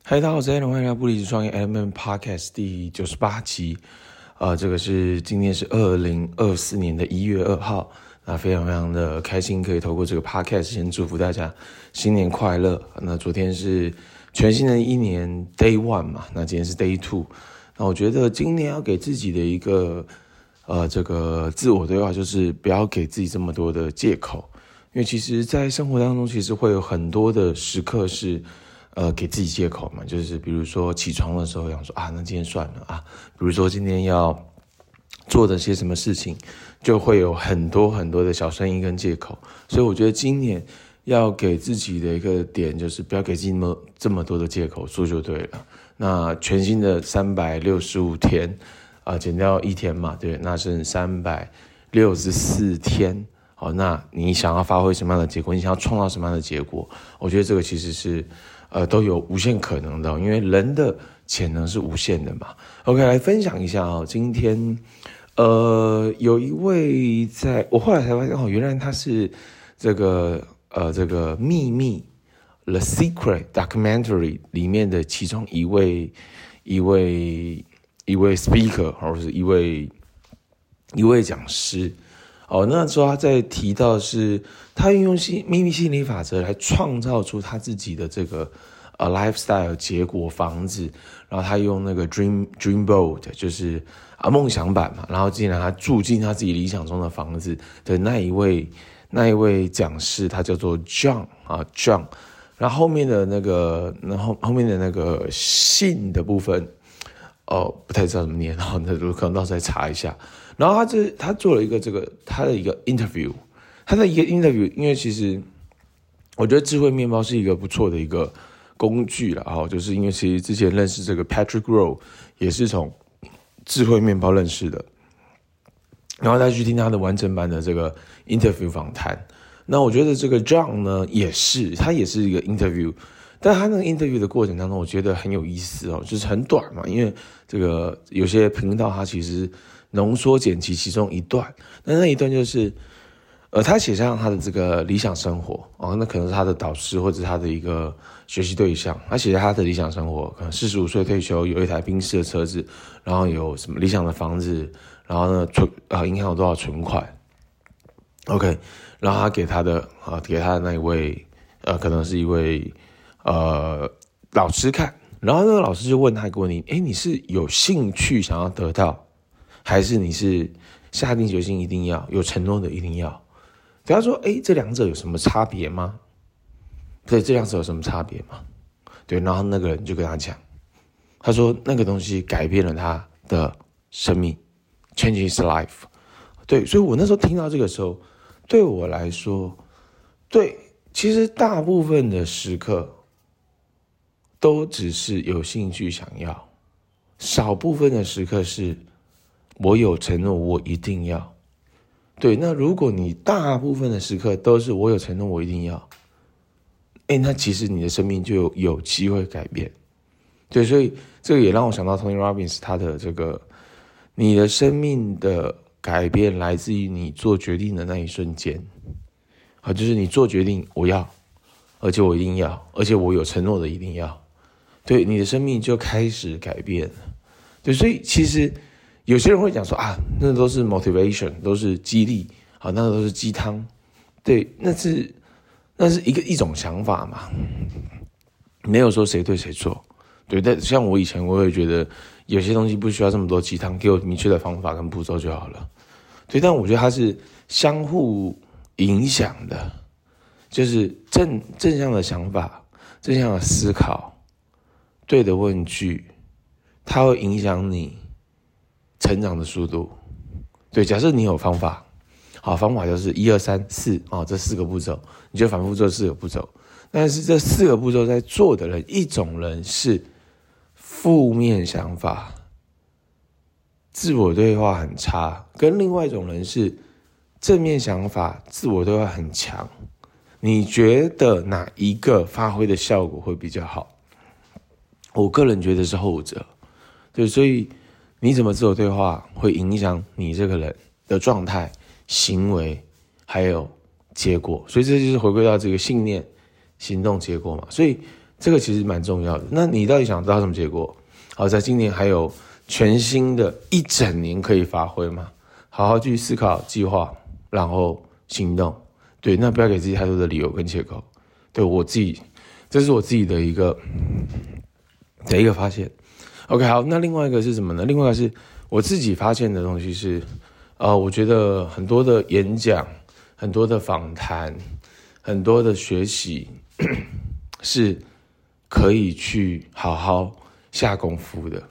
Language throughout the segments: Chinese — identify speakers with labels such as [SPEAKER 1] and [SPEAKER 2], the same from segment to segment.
[SPEAKER 1] 嗨，大家好，我是 Alan， 欢迎来到不离职创业 Element Podcast 第98集。这个是今天是2024年的1月2号，那非常的开心，可以透过这个 Podcast 先祝福大家新年快乐。那昨天是全新的一年 Day 1嘛，那今天是 Day 2。那我觉得今年要给自己的一个这个自我对话，就是不要给自己这么多的借口，因为其实在生活当中，其实会有很多的时刻是给自己借口嘛，就是比如说起床的时候想说那今天算了啊，比如说今天要做的些什么事情，就会有很多的小声音跟借口。所以我觉得今年要给自己的一个点，就是不要给自己这么多的借口，做就对了。那全新的365天减掉1天嘛，对，那是364天。好，那你想要发挥什么样的结果？你想要创造什么样的结果？我觉得这个其实是都有无限可能的，因为人的潜能是无限的嘛。OK， 来分享一下今天有一位我后来才发现原来他是这个秘密 The Secret Documentary 里面的其中一位 speaker， 或者是一位讲师。那时候他在提到是他运用秘密心理法则来创造出他自己的这个lifestyle 结果房子，然后他用那个 dream boat 就是梦想版嘛，然后竟然他住进他自己理想中的房子的那一位讲师，他叫做 John。然后后面的那个信的部分不太知道怎么念，然后可能到时候再查一下。然后他做了一个他的一个 interview， 他的一个 interview， 因为其实我觉得智慧面包是一个不错的一个工具啦，就是因为其实之前认识这个 Patrick Rowe 也是从智慧面包认识的，然后再去听他的完整版的这个 interview 访谈。那我觉得这个 John 呢他也是一个 interview， 但他那个 interview 的过程当中，我觉得很有意思就是很短嘛，因为这个有些频道他其实浓缩剪辑其中一段，那一段就是他写上他的这个理想生活那可能是他的导师或者他的一个学习对象，他写下他的理想生活，可能45岁退休，有一台宾士的车子，然后有什么理想的房子，然后呢银行有多少存款 ，OK， 然后他给他的那一位可能是一位老师看，然后那个老师就问他一个问题，你是有兴趣想要得到，还是你是下定决心一定要有承诺的一定要？对他说，这两者有什么差别吗？对，这两者有什么差别吗？对，然后那个人就跟他讲，他说那个东西改变了他的生命 ，change his life。对，所以我那时候听到这个时候，对我来说，对，其实大部分的时刻都只是有兴趣想要，少部分的时刻是我有承诺，我一定要。对，那如果你大部分的时刻都是我有承诺，我一定要，那其实你的生命就有机会改变。对，所以这个也让我想到 Tony Robbins 他的这个，你的生命的改变来自于你做决定的那一瞬间，就是你做决定我要，而且我一定要，而且我有承诺的一定要，对，你的生命就开始改变了。对，所以其实有些人会讲说那都是 motivation， 都是激励，那个都是鸡汤，对，那是一种想法嘛，没有说谁对谁错，对，但像我以前我也觉得有些东西不需要这么多鸡汤，给我明确的方法跟步骤就好了，对，但我觉得它是相互影响的，就是正向的想法，正向的思考，对的问句，它会影响你成长的速度。对，假设你有方法，方法就是1、2、3、4这4个步骤，你就反复做4个步骤。但是这4个步骤在做的人，一种人是负面想法，自我对话很差，跟另外一种人是正面想法，自我对话很强。你觉得哪一个发挥的效果会比较好？我个人觉得是后者。对，所以你怎么自我对话会影响你这个人的状态、行为还有结果，所以这就是回归到这个信念、行动、结果嘛。所以这个其实蛮重要的。那你到底想得到什么结果？好，在今年还有全新的一整年可以发挥嘛？好好去思考、计划，然后行动。对，那不要给自己太多的理由跟借口。对我自己，这是我自己的一个发现。OK， 好，那另外一个是什么呢？另外一个是我自己发现的东西是，我觉得很多的演讲、很多的访谈、很多的学习是可以去好好下功夫的。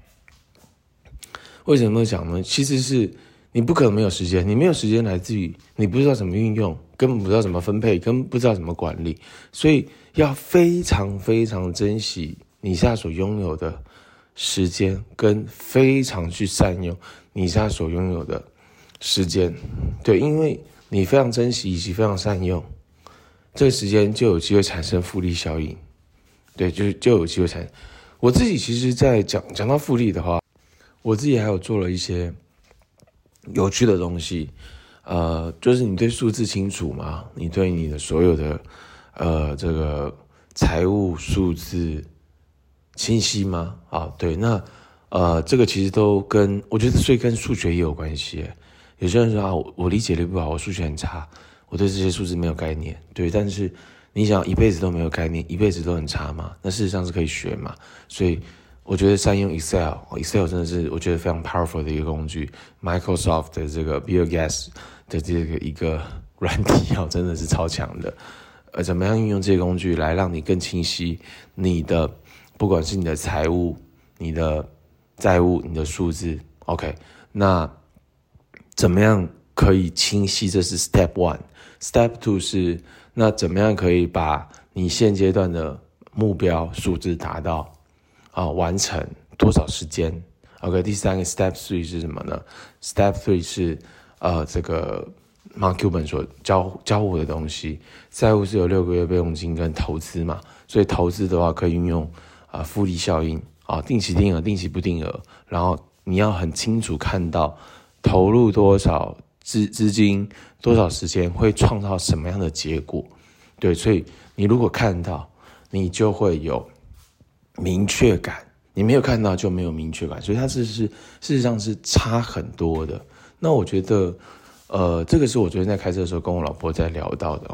[SPEAKER 1] 为什么讲呢？其实是你不可能没有时间，你没有时间来自于你不知道怎么运用，根本不知道怎么分配，根本不知道怎么管理，所以要非常非常珍惜你现在所拥有的时间，跟非常去善用你现在所拥有的时间。对，因为你非常珍惜以及非常善用这个时间，就有机会产生复利效应。对，就有机会产生。我自己其实在讲到复利的话，我自己还有做了一些有趣的东西。就是你对数字清楚吗？你对你的所有的这个财务数字清晰吗？对，那这个其实都跟我觉得所以跟数学也有关系。有些人说我理解力不好，我数学很差，我对这些数字没有概念。对，但是你想一辈子都没有概念，一辈子都很差嘛？那事实上是可以学嘛。所以我觉得善用 Excel 真的是我觉得非常 powerful 的一个工具。Microsoft 的这个 Bill Gates 的这个一个软体真的是超强的。怎么样运用这些工具来让你更清晰你的不管是你的财务、你的债务、你的数字 OK， 那怎么样可以清晰？这是 Step 1。 Step 2 是那怎么样可以把你现阶段的目标数字达到完成多少时间 OK。 第三个 Step 3 是什么呢？ Step 3 是这个 Mark Cuban 所教我的东西。债务是有6个月备用金跟投资嘛，所以投资的话可以运用复利效应定期定额、定期不定额，然后你要很清楚看到投入多少资金、多少时间会创造什么样的结果。对，所以你如果看到，你就会有明确感；你没有看到就没有明确感，所以它事实上是差很多的。那我觉得，这个是我昨天在开车的时候跟我老婆在聊到的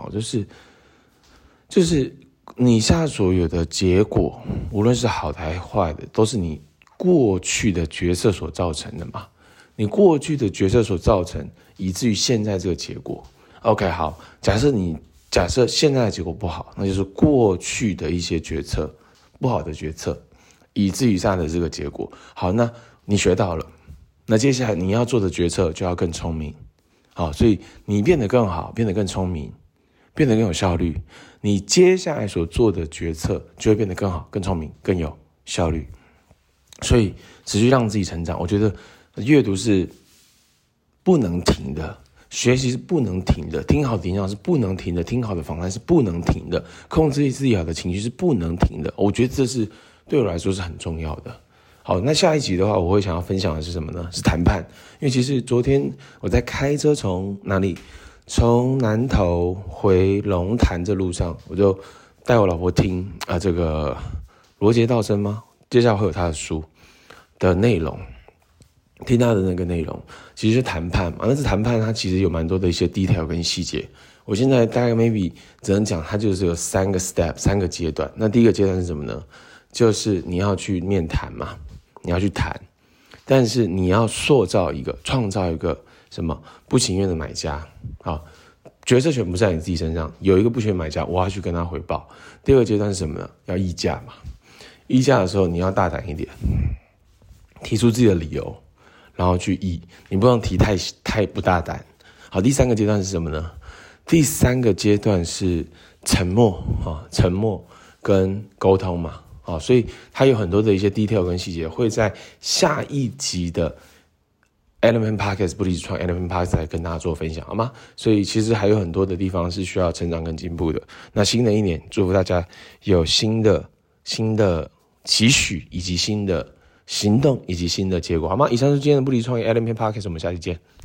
[SPEAKER 1] 就是你现在所有的结果，无论是好的还是坏的，都是你过去的决策所造成的嘛。你过去的决策所造成，以至于现在这个结果。OK， 好，假设现在的结果不好，那就是过去的一些决策，不好的决策，以至于现在的这个结果。好，那你学到了，那接下来你要做的决策就要更聪明。好，所以你变得更好，变得更聪明，变得更有效率，你接下来所做的决策就会变得更好、更聪明、更有效率。所以持续让自己成长，我觉得阅读是不能停的，学习是不能停的，听好的演讲是不能停的，听好的访谈是不能停的，控制自己好的情绪是不能停的。我觉得这是对我来说是很重要的。好，那下一集的话，我会想要分享的是什么呢？是谈判。因为其实昨天我在开车从南投回龙潭这路上，我就带我老婆听这个罗杰道生吗？接下来会有他的书的内容，听他的那个内容，其实是谈判嘛。那是谈判，它其实有蛮多的一些 detail 跟细节。我现在大概 maybe 只能讲，它就是有3个 step， 3个阶段。那第一个阶段是什么呢？就是你要去面谈嘛，你要去谈，但是你要创造一个什么不情愿的买家。好，决策权不在你自己身上，有一个不情愿买家，我要去跟他回报。第二个阶段是什么呢？要议价嘛。议价的时候你要大胆一点，提出自己的理由，然后去议，你不能提太不大胆。好，第3个阶段是什么呢？第3个阶段是沉默跟沟通嘛。所以它有很多的一些 detail 跟细节，会在下一集的 Element Podcast 不离职创 Element Podcast 来跟大家做分享，好吗？所以其实还有很多的地方是需要成长跟进步的。那新的一年，祝福大家有新的期许，以及新的行动，以及新的结果，好吗？以上是今天的不离创业 Element Podcast， 我们下期见。